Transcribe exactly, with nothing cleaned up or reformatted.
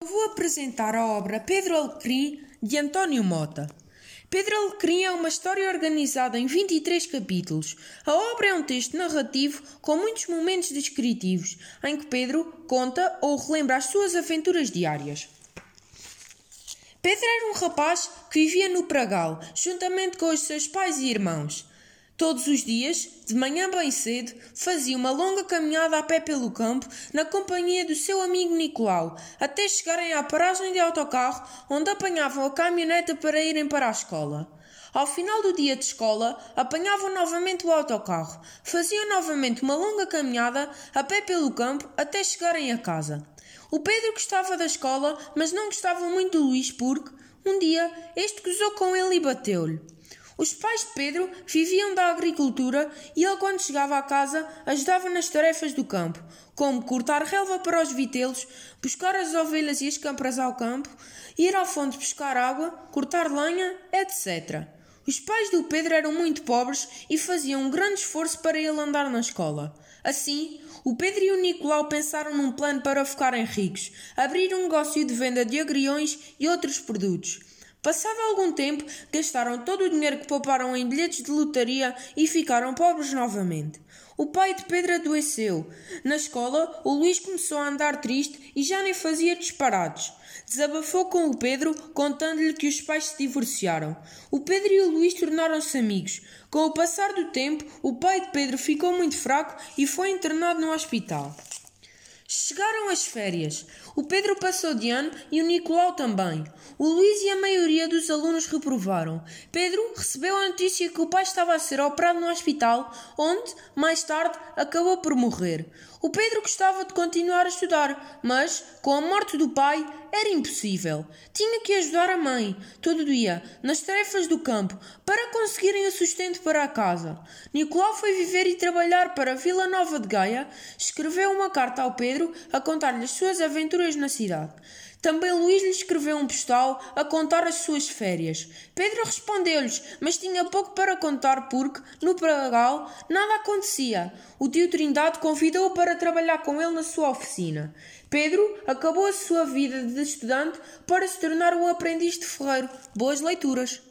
Vou apresentar a obra Pedro Alecrim, de António Mota. Pedro Alecrim é uma história organizada em vinte e três capítulos. A obra é um texto narrativo com muitos momentos descritivos, em que Pedro conta ou relembra as suas aventuras diárias. Pedro era um rapaz que vivia no Pragal, juntamente com os seus pais e irmãos. Todos os dias, de manhã bem cedo, fazia uma longa caminhada a pé pelo campo, na companhia do seu amigo Nicolau, até chegarem à paragem de autocarro, onde apanhavam a caminhoneta para irem para a escola. Ao final do dia de escola, apanhavam novamente o autocarro, faziam novamente uma longa caminhada a pé pelo campo, até chegarem a casa. O Pedro gostava da escola, mas não gostava muito do Luís porque, um dia, este gozou com ele e bateu-lhe. Os pais de Pedro viviam da agricultura e ele, quando chegava à casa, ajudava nas tarefas do campo, como cortar relva para os vitelos, buscar as ovelhas e as cabras ao campo, ir ao fonte buscar água, cortar lenha, etcétera. Os pais do Pedro eram muito pobres e faziam um grande esforço para ele andar na escola. Assim, o Pedro e o Nicolau pensaram num plano para ficarem ricos, abrir um negócio de venda de agriões e outros produtos. Passado algum tempo, gastaram todo o dinheiro que pouparam em bilhetes de lotaria e ficaram pobres novamente. O pai de Pedro adoeceu. Na escola, o Luís começou a andar triste e já nem fazia disparates. Desabafou com o Pedro, contando-lhe que os pais se divorciaram. O Pedro e o Luís tornaram-se amigos. Com o passar do tempo, o pai de Pedro ficou muito fraco e foi internado no hospital. Chegaram as férias. O Pedro passou de ano e o Nicolau também. O Luís e a maioria dos alunos reprovaram. Pedro recebeu a notícia que o pai estava a ser operado no hospital, onde, mais tarde, acabou por morrer. O Pedro gostava de continuar a estudar, mas, com a morte do pai, era impossível. Tinha que ajudar a mãe, todo dia, nas tarefas do campo, para conseguirem o sustento para a casa. Nicolau foi viver e trabalhar para Vila Nova de Gaia, escreveu uma carta ao Pedro a contar-lhe as suas aventuras na cidade. Também Luís lhe escreveu um postal a contar as suas férias. Pedro respondeu-lhes, mas tinha pouco para contar porque, no Pragal, nada acontecia. O tio Trindade convidou-o para trabalhar com ele na sua oficina. Pedro acabou a sua vida de estudante para se tornar um aprendiz de ferreiro. Boas leituras!